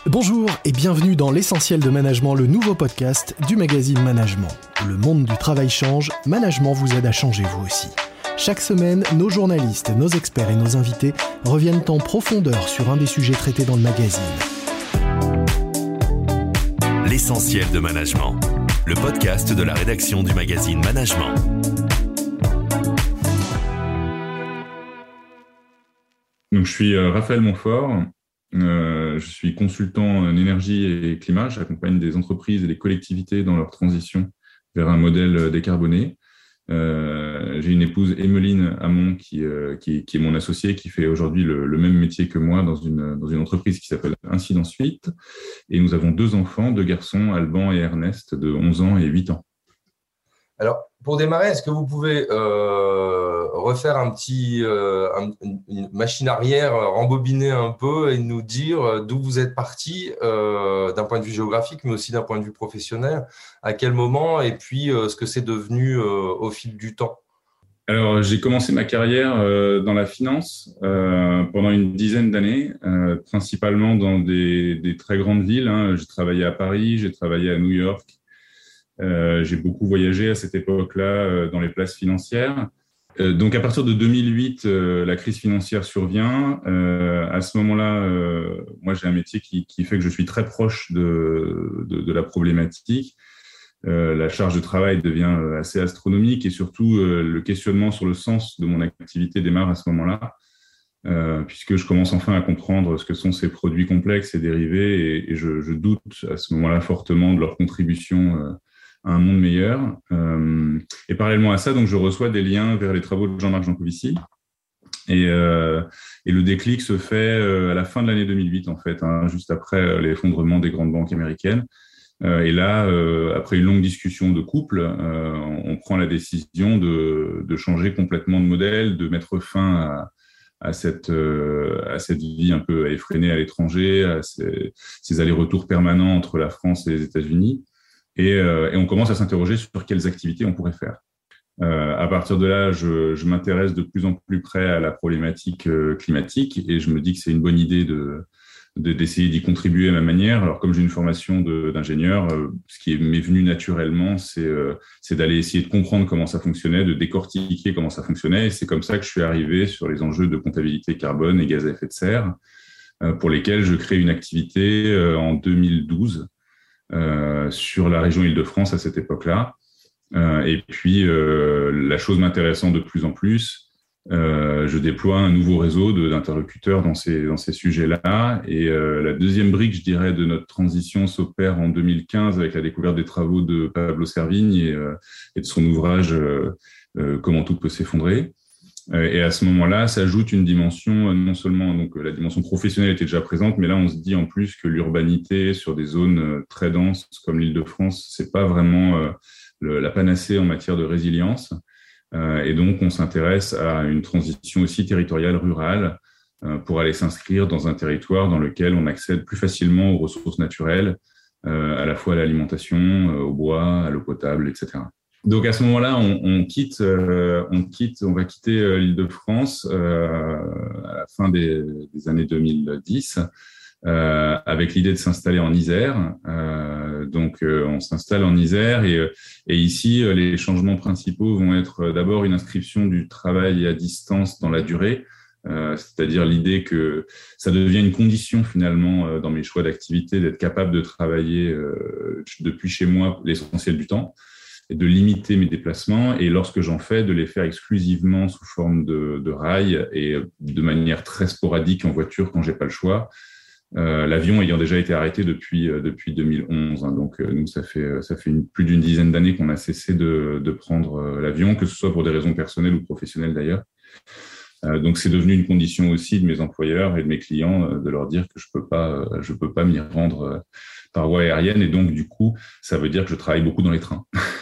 Bonjour et bienvenue dans l'Essentiel de Management, le nouveau podcast du magazine Management. Le monde du travail change, Management vous aide à changer vous aussi. Chaque semaine, nos journalistes, nos experts et nos invités reviennent en profondeur sur un des sujets traités dans le magazine. L'Essentiel de Management, le podcast de la rédaction du magazine Management. Donc, je suis Raphaël Montfort. Je suis consultant en énergie et climat. J'accompagne des entreprises et des collectivités dans leur transition vers un modèle décarboné. J'ai une épouse, Emeline Hamon, qui est mon associée, qui fait aujourd'hui le même métier que moi dans une entreprise qui s'appelle Incident Suite. Et nous avons 2 enfants, 2 garçons, Alban et Ernest, de 11 ans et 8 ans. Alors, pour démarrer, est-ce que vous pouvez refaire une machine arrière, rembobiner un peu et nous dire d'où vous êtes parti d'un point de vue géographique, mais aussi d'un point de vue professionnel, à quel moment et puis ce que c'est devenu au fil du temps? Alors, j'ai commencé ma carrière dans la finance pendant une dizaine d'années, principalement dans des très grandes villes. J'ai travaillé à Paris, j'ai travaillé à New York. J'ai beaucoup voyagé à cette époque-là dans les places financières. Donc, à partir de 2008, la crise financière survient. À ce moment-là, moi, j'ai un métier qui fait que je suis très proche de la problématique. La charge de travail devient assez astronomique et surtout, le questionnement sur le sens de mon activité démarre à ce moment-là, puisque je commence enfin à comprendre ce que sont ces produits complexes et dérivés et je doute à ce moment-là fortement de leur contribution à un monde meilleur. Et parallèlement à ça, donc, je reçois des liens vers les travaux de Jean-Marc Jancovici. Et le déclic se fait à la fin de l'année 2008, en fait, juste après l'effondrement des grandes banques américaines. Et là, après une longue discussion de couple, on prend la décision de changer complètement de modèle, de mettre fin à cette vie un peu effrénée à l'étranger, à ces allers-retours permanents entre la France et les États-Unis. Et on commence à s'interroger sur quelles activités on pourrait faire. À partir de là, je m'intéresse de plus en plus près à la problématique climatique et je me dis que c'est une bonne idée d'essayer d'y contribuer à ma manière. Alors, comme j'ai une formation d'ingénieur, ce qui m'est venu naturellement, c'est d'aller essayer de comprendre comment ça fonctionnait, de décortiquer comment ça fonctionnait. Et c'est comme ça que je suis arrivé sur les enjeux de comptabilité carbone et gaz à effet de serre, pour lesquels je crée une activité en 2012. Sur la région Île-de-France à cette époque-là. Et puis, la chose m'intéressant de plus en plus, je déploie un nouveau réseau d'interlocuteurs dans ces sujets-là. Et la deuxième brique, je dirais, de notre transition s'opère en 2015 avec la découverte des travaux de Pablo Servigne et de son ouvrage « Comment tout peut s'effondrer ». Et à ce moment-là, s'ajoute une dimension, non seulement donc la dimension professionnelle était déjà présente, mais là, on se dit en plus que l'urbanité sur des zones très denses comme l'Île-de-France, c'est pas vraiment la panacée en matière de résilience. Et donc, on s'intéresse à une transition aussi territoriale rurale pour aller s'inscrire dans un territoire dans lequel on accède plus facilement aux ressources naturelles, à la fois à l'alimentation, au bois, à l'eau potable, etc. Donc à ce moment-là, on va quitter l'Île-de-France à la fin des années 2010 avec l'idée de s'installer en Isère. Donc on s'installe en Isère et ici les changements principaux vont être d'abord une inscription du travail à distance dans la durée, c'est-à-dire l'idée que ça devient une condition finalement dans mes choix d'activité d'être capable de travailler depuis chez moi l'essentiel du temps, et de limiter mes déplacements et lorsque j'en fais, de les faire exclusivement sous forme de rail et de manière très sporadique en voiture quand j'ai pas le choix. L'avion ayant déjà été arrêté depuis 2011. Donc nous, ça fait plus d'une dizaine d'années qu'on a cessé de prendre l'avion, que ce soit pour des raisons personnelles ou professionnelles d'ailleurs. Donc c'est devenu une condition aussi de mes employeurs et de mes clients de leur dire que je peux pas m'y rendre par voie aérienne et donc du coup, ça veut dire que je travaille beaucoup dans les trains.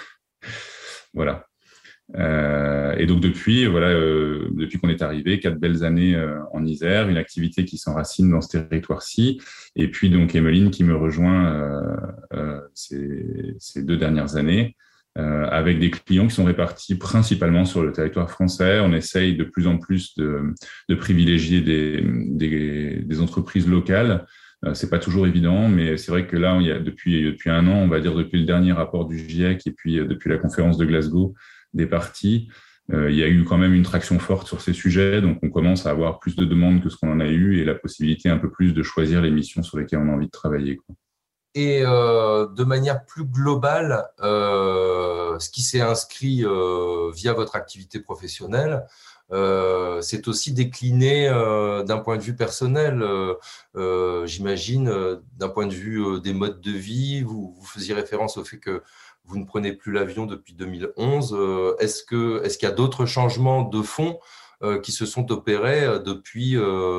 Voilà. Et donc depuis qu'on est arrivé, 4 belles années en Isère, une activité qui s'enracine dans ce territoire-ci, et puis donc Emeline qui me rejoint ces 2 dernières années, avec des clients qui sont répartis principalement sur le territoire français. On essaye de plus en plus de privilégier des entreprises locales C'est pas toujours évident, mais c'est vrai que là, il y a depuis un an, on va dire depuis le dernier rapport du GIEC et puis depuis la conférence de Glasgow des parties, il y a eu quand même une traction forte sur ces sujets. Donc, on commence à avoir plus de demandes que ce qu'on en a eu et la possibilité un peu plus de choisir les missions sur lesquelles on a envie de travailler, quoi. Et de manière plus globale, ce qui s'est inscrit via votre activité professionnelle, c'est aussi décliné d'un point de vue personnel, j'imagine, d'un point de vue des modes de vie. Vous faisiez référence au fait que vous ne prenez plus l'avion depuis 2011. Est-ce qu'il y a d'autres changements de fond qui se sont opérés depuis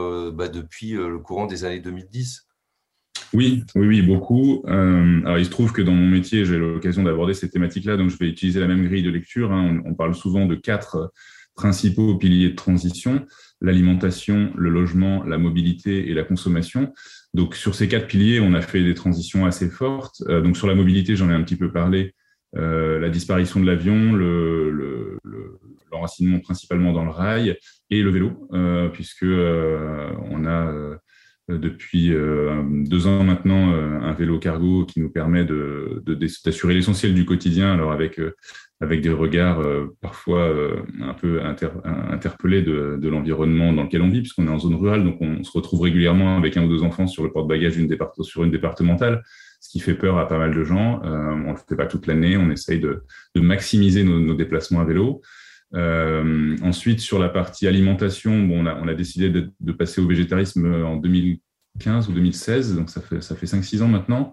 le courant des années 2010 ? Oui, beaucoup. Alors, il se trouve que dans mon métier, j'ai l'occasion d'aborder ces thématiques-là, donc je vais utiliser la même grille de lecture. On parle souvent de 4 principaux piliers de transition: l'alimentation, le logement, la mobilité et la consommation. Donc, sur ces 4 piliers, on a fait des transitions assez fortes. Donc, sur la mobilité, j'en ai un petit peu parlé. La disparition de l'avion, l'enracinement principalement dans le rail et le vélo, puisque on a depuis 2 ans maintenant un vélo cargo qui nous permet d'assurer l'essentiel du quotidien, alors avec des regards parfois un peu interpellés de l'environnement dans lequel on vit, puisqu'on est en zone rurale, donc on se retrouve régulièrement avec 1 ou 2 enfants sur le porte-bagages sur une départementale, ce qui fait peur à pas mal de gens. On ne le fait pas toute l'année, on essaye de maximiser nos déplacements à vélo. Ensuite, sur la partie alimentation, on a décidé de passer au végétarisme en 2015 ou 2016, donc ça fait 5-6 ans maintenant.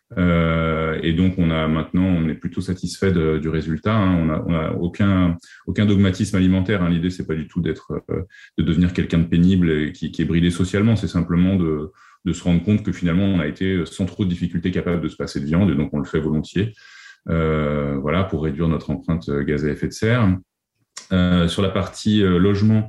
Et donc on est plutôt satisfait du résultat. On a aucun dogmatisme alimentaire. L'idée, c'est pas du tout de devenir quelqu'un de pénible et qui est bridé socialement. C'est simplement de se rendre compte que finalement on a été sans trop de difficultés capable de se passer de viande, et donc on le fait volontiers. Pour réduire notre empreinte gaz à effet de serre. Sur la partie logement,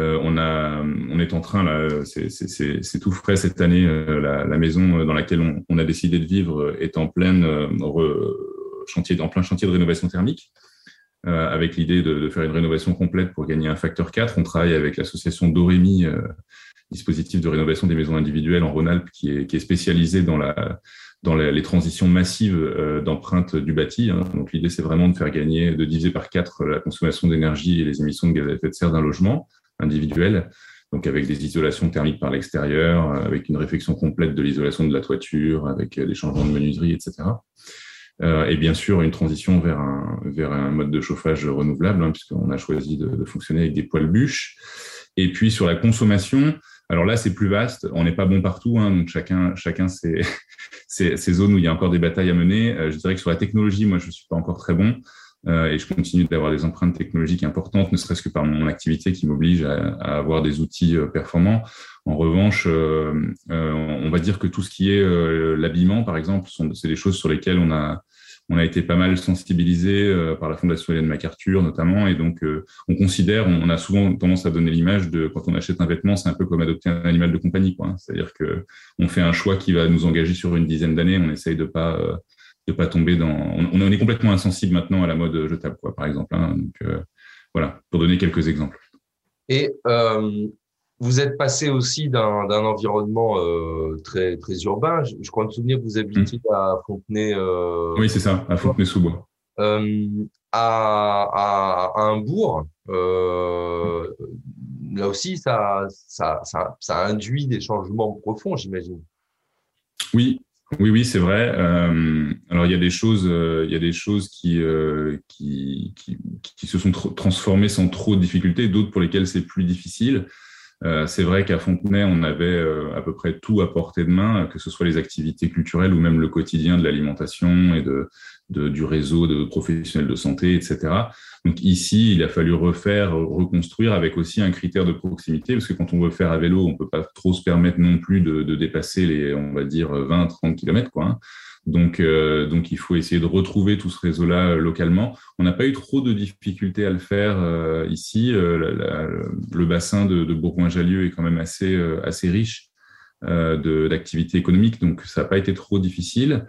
on est en train, là, c'est tout frais cette année, la maison dans laquelle on a décidé de vivre est en plein chantier de rénovation thermique, avec l'idée de faire une rénovation complète pour gagner un facteur 4. On travaille avec l'association Dorémy, dispositif de rénovation des maisons individuelles en Rhône-Alpes, qui est spécialisé dans les transitions massives d'empreinte du bâti. Donc, l'idée, c'est vraiment de diviser par 4 la consommation d'énergie et les émissions de gaz à effet de serre d'un logement individuel, donc avec des isolations thermiques par l'extérieur, avec une réfection complète de l'isolation de la toiture, avec des changements de menuiserie, etc. Et bien sûr, une transition vers un mode de chauffage renouvelable, puisqu'on a choisi de fonctionner avec des poêles bûches. Et puis, sur la consommation, alors là, c'est plus vaste. On n'est pas bon partout, donc chacun ces zones où il y a encore des batailles à mener. Je dirais que sur la technologie, moi, je suis pas encore très bon, et je continue d'avoir des empreintes technologiques importantes, ne serait-ce que par mon activité qui m'oblige à avoir des outils performants. En revanche, on va dire que tout ce qui est l'habillement, par exemple, c'est des choses sur lesquelles on a été pas mal sensibilisé par la Fondation Ellen MacArthur notamment, et donc on a souvent tendance à donner l'image de quand on achète un vêtement, c'est un peu comme adopter un animal de compagnie, quoi. C'est-à-dire que on fait un choix qui va nous engager sur une dizaine d'années. On essaye de pas tomber dans. On est complètement insensible maintenant à la mode jetable, quoi, par exemple. Donc voilà, pour donner quelques exemples. Et vous êtes passé aussi d'un environnement très, très urbain. Je crois me souvenir que vous habitiez à Fontenay. Oui, c'est ça, à Fontenay-sous-Bois. À un bourg. Là aussi, ça induit des changements profonds, j'imagine. Oui, c'est vrai. Alors il y a des choses qui se sont transformées sans trop de difficultés, d'autres pour lesquelles c'est plus difficile. C'est vrai qu'à Fontenay, on avait à peu près tout à portée de main, que ce soit les activités culturelles ou même le quotidien de l'alimentation et du réseau de professionnels de santé, etc. Donc ici, il a fallu reconstruire avec aussi un critère de proximité, parce que quand on veut faire à vélo, on peut pas trop se permettre non plus de dépasser les, on va dire, 20-30 km, quoi. Donc il faut essayer de retrouver tout ce réseau-là localement. On n'a pas eu trop de difficultés à le faire ici. Le bassin de Bourgoin-Jallieu est quand même assez riche d'activités économiques, donc ça n'a pas été trop difficile.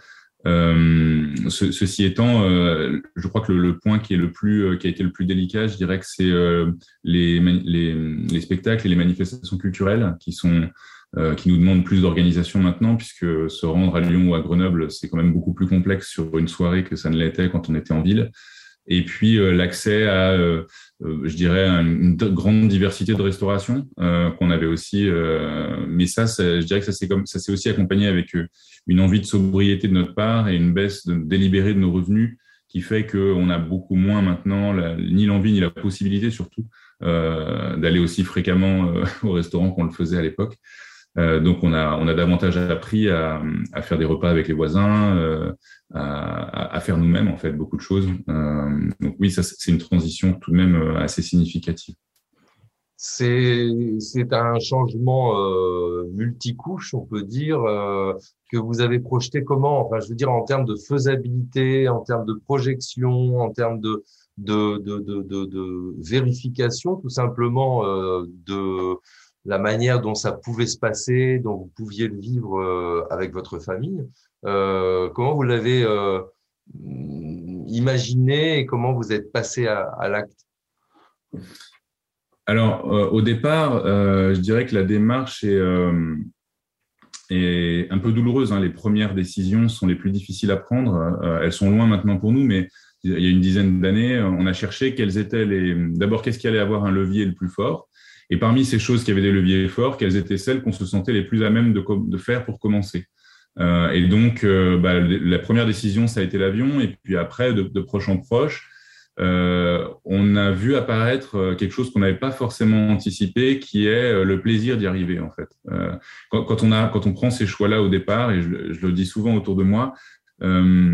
Ceci étant, je crois que le point qui a été le plus délicat, je dirais que c'est les spectacles et les manifestations culturelles qui sont qui nous demandent plus d'organisation maintenant, puisque se rendre à Lyon ou à Grenoble, c'est quand même beaucoup plus complexe sur une soirée que ça ne l'était quand on était en ville. Et puis l'accès à, je dirais, une grande diversité de restauration qu'on avait aussi. Mais je dirais que ça s'est aussi accompagné avec une envie de sobriété de notre part et une baisse délibérée de nos revenus qui fait qu'on a beaucoup moins maintenant ni l'envie ni la possibilité surtout d'aller aussi fréquemment au restaurant qu'on le faisait à l'époque. Donc on a davantage appris à faire des repas avec les voisins, à faire nous-mêmes en fait beaucoup de choses. Donc oui, ça c'est une transition tout de même assez significative. C'est un changement multicouche, on peut dire, que vous avez projeté comment? Enfin, je veux dire en termes de faisabilité, en termes de projection, en termes de vérification, tout simplement de la manière dont ça pouvait se passer, dont vous pouviez le vivre avec votre famille. Comment vous l'avez imaginé et comment vous êtes passé à l'acte? Alors, au départ, je dirais que la démarche est un peu douloureuse. Hein. Les premières décisions sont les plus difficiles à prendre. Elles sont loin maintenant pour nous, mais il y a une dizaine d'années, on a cherché d'abord, qu'est-ce qui allait avoir un levier le plus fort. Et parmi ces choses qui avaient des leviers forts, quelles étaient celles qu'on se sentait les plus à même de faire pour commencer. Et donc, la première décision, ça a été l'avion. Et puis après, de proche en proche, on a vu apparaître quelque chose qu'on n'avait pas forcément anticipé, qui est le plaisir d'y arriver, en fait. Quand on prend ces choix-là au départ, et je le dis souvent autour de moi, on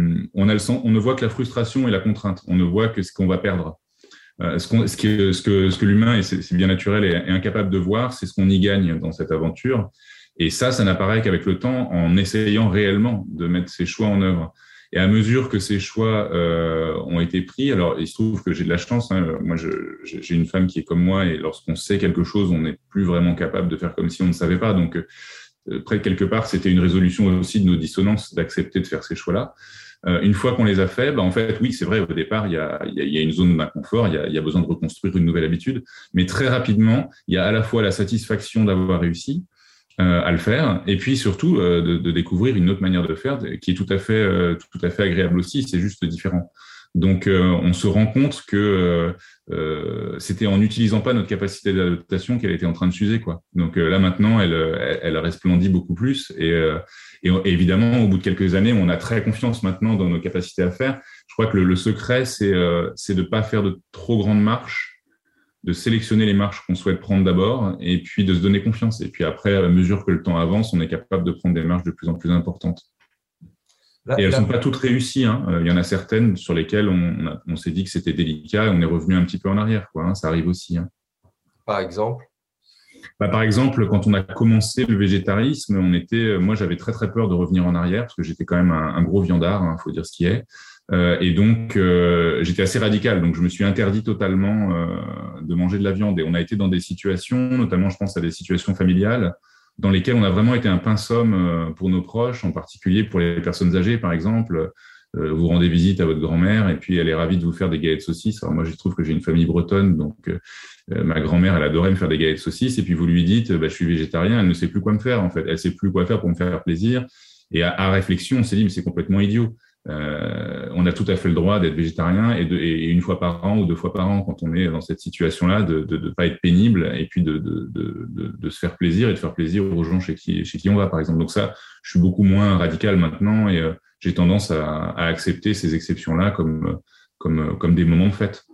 ne voit que la frustration et la contrainte. On ne voit que ce qu'on va perdre. Ce que l'humain, et c'est bien naturel, est incapable de voir, c'est ce qu'on y gagne dans cette aventure. Et ça n'apparaît qu'avec le temps, en essayant réellement de mettre ces choix en œuvre. Et à mesure que ces choix ont été pris, alors il se trouve que j'ai de la chance. Hein, moi, j'ai une femme qui est comme moi, et lorsqu'on sait quelque chose, on n'est plus vraiment capable de faire comme si on ne savait pas. Donc, près de quelque part, c'était une résolution aussi de nos dissonances d'accepter de faire ces choix-là. Une fois qu'on les a faits, en fait, oui, c'est vrai, au départ, il y a une zone d'inconfort, il y a besoin de reconstruire une nouvelle habitude, mais très rapidement, il y a à la fois la satisfaction d'avoir réussi à le faire, et puis surtout de découvrir une autre manière de faire qui est tout à fait agréable aussi, c'est juste différent. Donc, on se rend compte que c'était en n'utilisant pas notre capacité d'adaptation qu'elle était en train de s'user, quoi. Donc là, maintenant, elle resplendit beaucoup plus. Et évidemment, au bout de quelques années, on a très confiance maintenant dans nos capacités à faire. Je crois que le secret, c'est de pas faire de trop grandes marches, de sélectionner les marches qu'on souhaite prendre d'abord, et puis de se donner confiance. Et puis après, à mesure que le temps avance, on est capable de prendre des marches de plus en plus importantes. Et elles ne sont pas toutes réussies. Hein. Il y en a certaines sur lesquelles on s'est dit que c'était délicat et on est revenu un petit peu en arrière, quoi, hein. Ça arrive aussi. Hein. Par exemple? Par exemple, quand on a commencé le végétarisme, moi, j'avais très, très peur de revenir en arrière parce que j'étais quand même un gros viandard, hein, faut dire ce qui est. Et donc, j'étais assez radical. Donc, je me suis interdit totalement de manger de la viande. Et on a été dans des situations, notamment, je pense à des situations familiales, dans lesquelles on a vraiment été un pince-homme pour nos proches, en particulier pour les personnes âgées, par exemple. Vous rendez visite à votre grand-mère et puis elle est ravie de vous faire des galettes de saucisses. Alors moi, je trouve que j'ai une famille bretonne, donc ma grand-mère, elle adorait me faire des galettes de saucisses. Et puis vous lui dites, je suis végétarien, elle ne sait plus quoi me faire, en fait. Elle sait plus quoi faire pour me faire plaisir. Et à réflexion, on s'est dit, mais c'est complètement idiot. On a tout à fait le droit d'être végétarien et une fois par an ou 2 fois par an, quand on est dans cette situation-là, de pas être pénible et puis de se faire plaisir et de faire plaisir aux gens chez qui on va, par exemple. Donc ça, je suis beaucoup moins radical maintenant et j'ai tendance à accepter ces exceptions-là comme des moments de fête.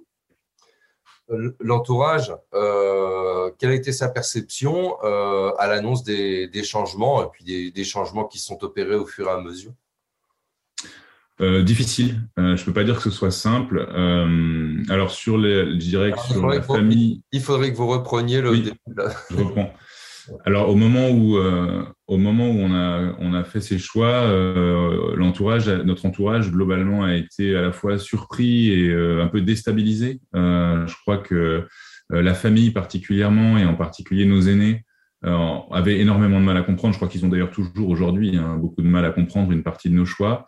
L'entourage, quelle a été sa perception à l'annonce des changements et puis des changements qui sont opérés au fur et à mesure? Difficile. Je peux pas dire que ce soit simple. Alors je dirais que sur la famille, il faudrait que vous repreniez le début. Je reprends. Alors au moment où on a fait ces choix, notre entourage globalement a été à la fois surpris et un peu déstabilisé. Je crois que la famille particulièrement et en particulier nos aînés avaient énormément de mal à comprendre. Je crois qu'ils ont d'ailleurs toujours aujourd'hui beaucoup de mal à comprendre une partie de nos choix.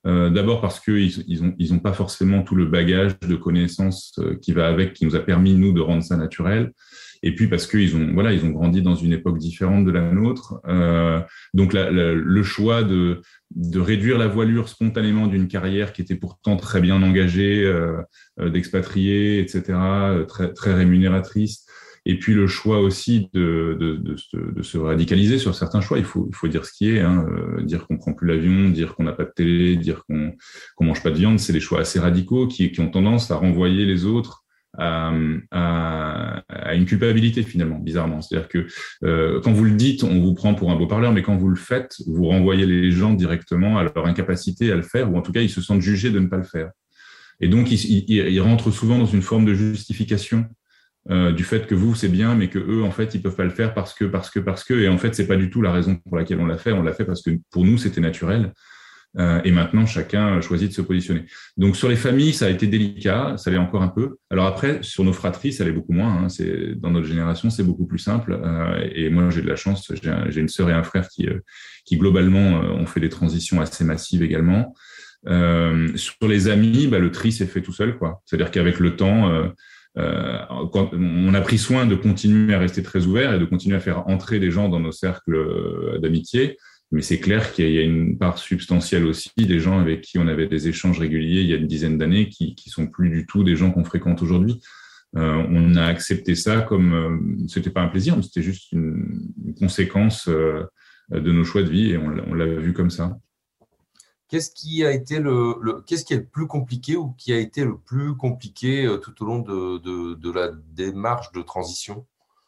D'abord parce qu'ils ont pas forcément tout le bagage de connaissances qui va avec, qui nous a permis, nous, de rendre ça naturel. Et puis parce qu'ils ont grandi dans une époque différente de la nôtre. Donc le choix de réduire la voilure spontanément d'une carrière qui était pourtant très bien engagée, d'expatriés, etc., très, très rémunératrice. Et puis le choix aussi de se radicaliser sur certains choix. Il faut dire ce qui est, dire qu'on prend plus l'avion, dire qu'on n'a pas de télé, dire qu'on mange pas de viande, c'est des choix assez radicaux qui ont tendance à renvoyer les autres à une culpabilité finalement, bizarrement. C'est-à-dire que quand vous le dites, on vous prend pour un beau parleur, mais quand vous le faites, vous renvoyez les gens directement à leur incapacité à le faire, ou en tout cas ils se sentent jugés de ne pas le faire. Et donc ils rentrent souvent dans une forme de justification du fait que vous c'est bien, mais que eux en fait ils peuvent pas le faire parce que, et en fait c'est pas du tout la raison pour laquelle on l'a fait. On l'a fait parce que pour nous c'était naturel. Et maintenant, chacun choisit de se positionner. Donc, sur les familles, ça a été délicat, ça l'est encore un peu. Alors après, sur nos fratries, ça l'est beaucoup moins. Dans notre génération, c'est beaucoup plus simple. Et moi, j'ai de la chance. J'ai une sœur et un frère qui globalement, ont fait des transitions assez massives également. Sur les amis, le tri s'est fait tout seul, quoi. C'est-à-dire qu'avec le temps, quand on a pris soin de continuer à rester très ouvert et de continuer à faire entrer des gens dans nos cercles d'amitié. Mais c'est clair qu'il y a une part substantielle aussi des gens avec qui on avait des échanges réguliers il y a une dizaine d'années qui sont plus du tout des gens qu'on fréquente aujourd'hui. On a accepté ça comme c'était pas un plaisir, mais c'était juste une conséquence de nos choix de vie et on l'a vu comme ça. Qu'est-ce qui a été qu'est-ce qui est le plus compliqué ou qui a été le plus compliqué tout au long de la démarche de transition ?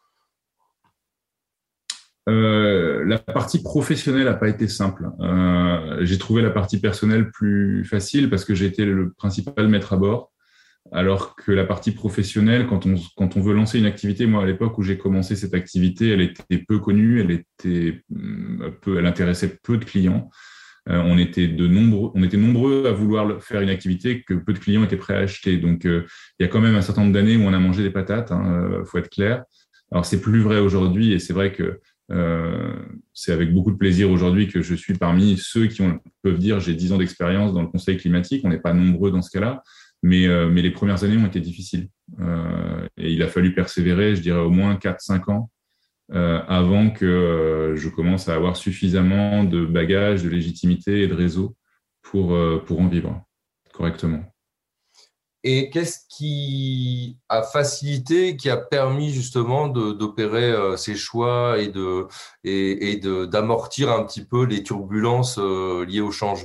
La partie professionnelle n'a pas été simple. J'ai trouvé la partie personnelle plus facile parce que j'ai été le principal maître à bord, alors que la partie professionnelle, quand on veut lancer une activité, moi à l'époque où j'ai commencé cette activité, elle était peu connue, elle intéressait peu de clients. On était nombreux à vouloir faire une activité que peu de clients étaient prêts à acheter. Donc il y a quand même un certain nombre d'années où on a mangé des patates, faut être clair. Alors c'est plus vrai aujourd'hui et c'est vrai que c'est avec beaucoup de plaisir aujourd'hui que je suis parmi ceux qui peuvent dire j'ai 10 ans d'expérience dans le conseil climatique. On n'est pas nombreux dans ce cas-là, mais les premières années ont été difficiles. Et il a fallu persévérer, je dirais au moins 4-5 ans avant que je commence à avoir suffisamment de bagages, de légitimité et de réseau pour en vivre correctement. Et qu'est-ce qui a facilité, qui a permis justement d'opérer ces choix et d'amortir un petit peu les turbulences liées au changement ?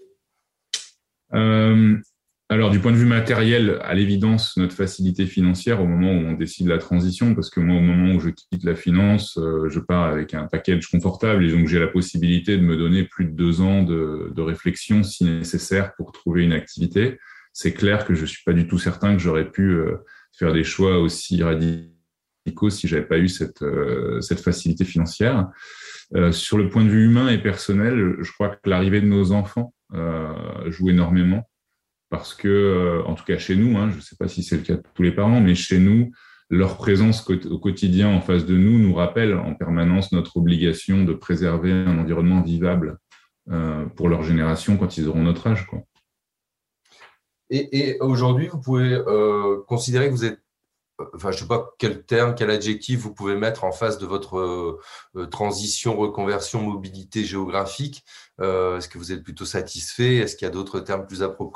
Alors, du point de vue matériel, à l'évidence, notre facilité financière au moment où on décide la transition, parce que moi, au moment où je quitte la finance, je pars avec un package confortable et donc j'ai la possibilité de me donner plus de 2 ans de réflexion si nécessaire pour trouver une activité. C'est clair que je suis pas du tout certain que j'aurais pu faire des choix aussi radicaux si j'avais pas eu cette facilité financière. Sur le point de vue humain et personnel, je crois que l'arrivée de nos enfants joue énormément parce que, en tout cas chez nous, je sais pas si c'est le cas de tous les parents, mais chez nous, leur présence au quotidien en face de nous rappelle en permanence notre obligation de préserver un environnement vivable pour leur génération quand ils auront notre âge, quoi. Et aujourd'hui, vous pouvez considérer que vous êtes, je ne sais pas quel terme, quel adjectif vous pouvez mettre en face de votre transition, reconversion, mobilité géographique. Est-ce que vous êtes plutôt satisfait ? Est-ce qu'il y a d'autres termes plus appropriés ?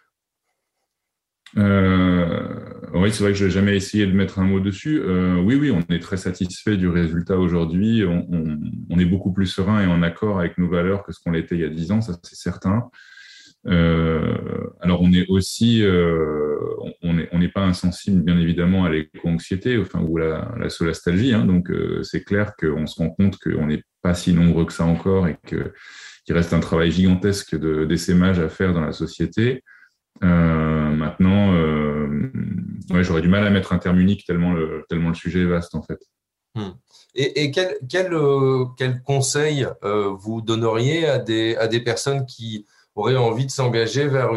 Oui, c'est vrai que je n'ai jamais essayé de mettre un mot dessus. Oui, on est très satisfait du résultat aujourd'hui. On est beaucoup plus serein et en accord avec nos valeurs que ce qu'on l'était il y a 10 ans, ça c'est certain. Alors on est aussi, on n'est pas insensible bien évidemment à l'éco-anxiété, ou la solastalgie. Donc c'est clair qu'on se rend compte qu'on n'est pas si nombreux que ça encore et qu'il reste un travail gigantesque d'essaimage à faire dans la société. Maintenant, j'aurais du mal à mettre un terme unique tellement le sujet est vaste en fait. Et quel conseil vous donneriez à des personnes qui auraient envie de s'engager vers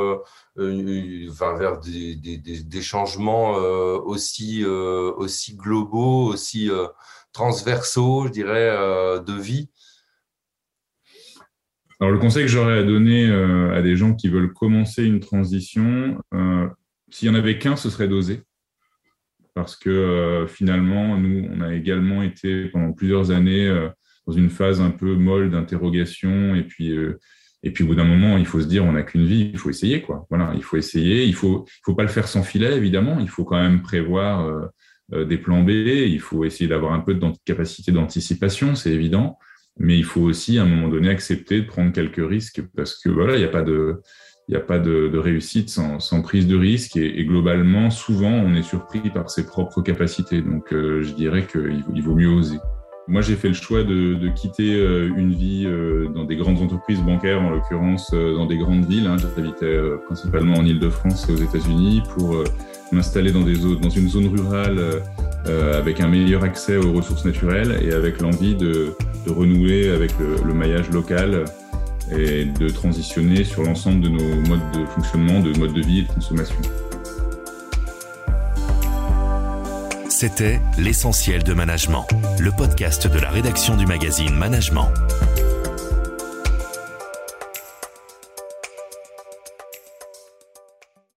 vers des changements aussi globaux, aussi transversaux, je dirais, de vie? Alors, le conseil que j'aurais à donner à des gens qui veulent commencer une transition, s'il n'y en avait qu'un, ce serait d'oser. Parce que finalement, nous, on a également été pendant plusieurs années dans une phase un peu molle d'interrogation. Et puis au bout d'un moment, il faut se dire, on n'a qu'une vie, il faut essayer, quoi. Voilà, il faut essayer. Il faut pas le faire sans filet, évidemment. Il faut quand même prévoir des plans B. Il faut essayer d'avoir un peu de capacité d'anticipation, c'est évident. Mais il faut aussi, à un moment donné, accepter de prendre quelques risques parce que voilà, il n'y a pas de réussite sans prise de risque et globalement, souvent, on est surpris par ses propres capacités. Donc, je dirais qu'il vaut mieux oser. Moi, j'ai fait le choix de quitter une vie dans des grandes entreprises bancaires, en l'occurrence dans des grandes villes. J'habitais principalement en Île-de-France et aux États-Unis pour m'installer dans une zone rurale avec un meilleur accès aux ressources naturelles et avec l'envie de renouer avec le maillage local et de transitionner sur l'ensemble de nos modes de fonctionnement, de modes de vie et de consommation. C'était L'Essentiel de Management, le podcast de la rédaction du magazine Management.